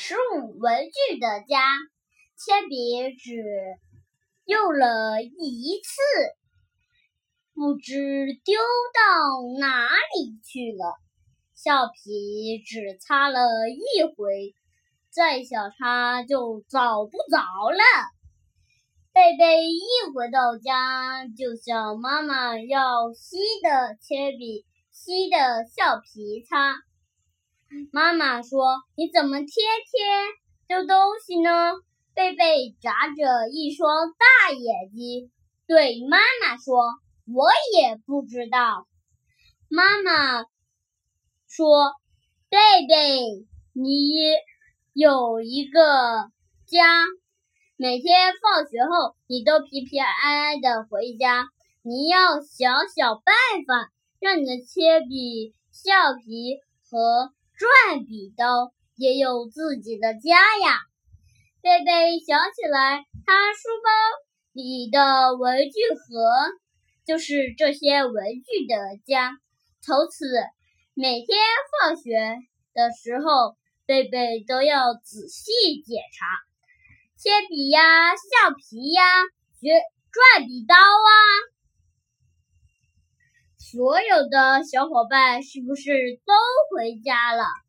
使文具的家，铅笔只用了一次，不知丢到哪里去了。橡皮只擦了一回，再想擦就找不着了。贝贝一回到家，就向妈妈要新的铅笔、新的橡皮擦。妈妈说：“你怎么天天丢东西呢？”贝贝眨着一双大眼睛，对妈妈说：“我也不知道。”妈妈说：“贝贝，你有一个家，每天放学后你都平平安安的回家。你要想想办法，让你的铅笔、橡皮和转笔刀也有自己的家呀。”贝贝想起来，他书包里的文具盒就是这些文具的家。从此，每天放学的时候，贝贝都要仔细检查铅笔呀、橡皮呀、转笔刀啊。所有的小伙伴是不是都回家了？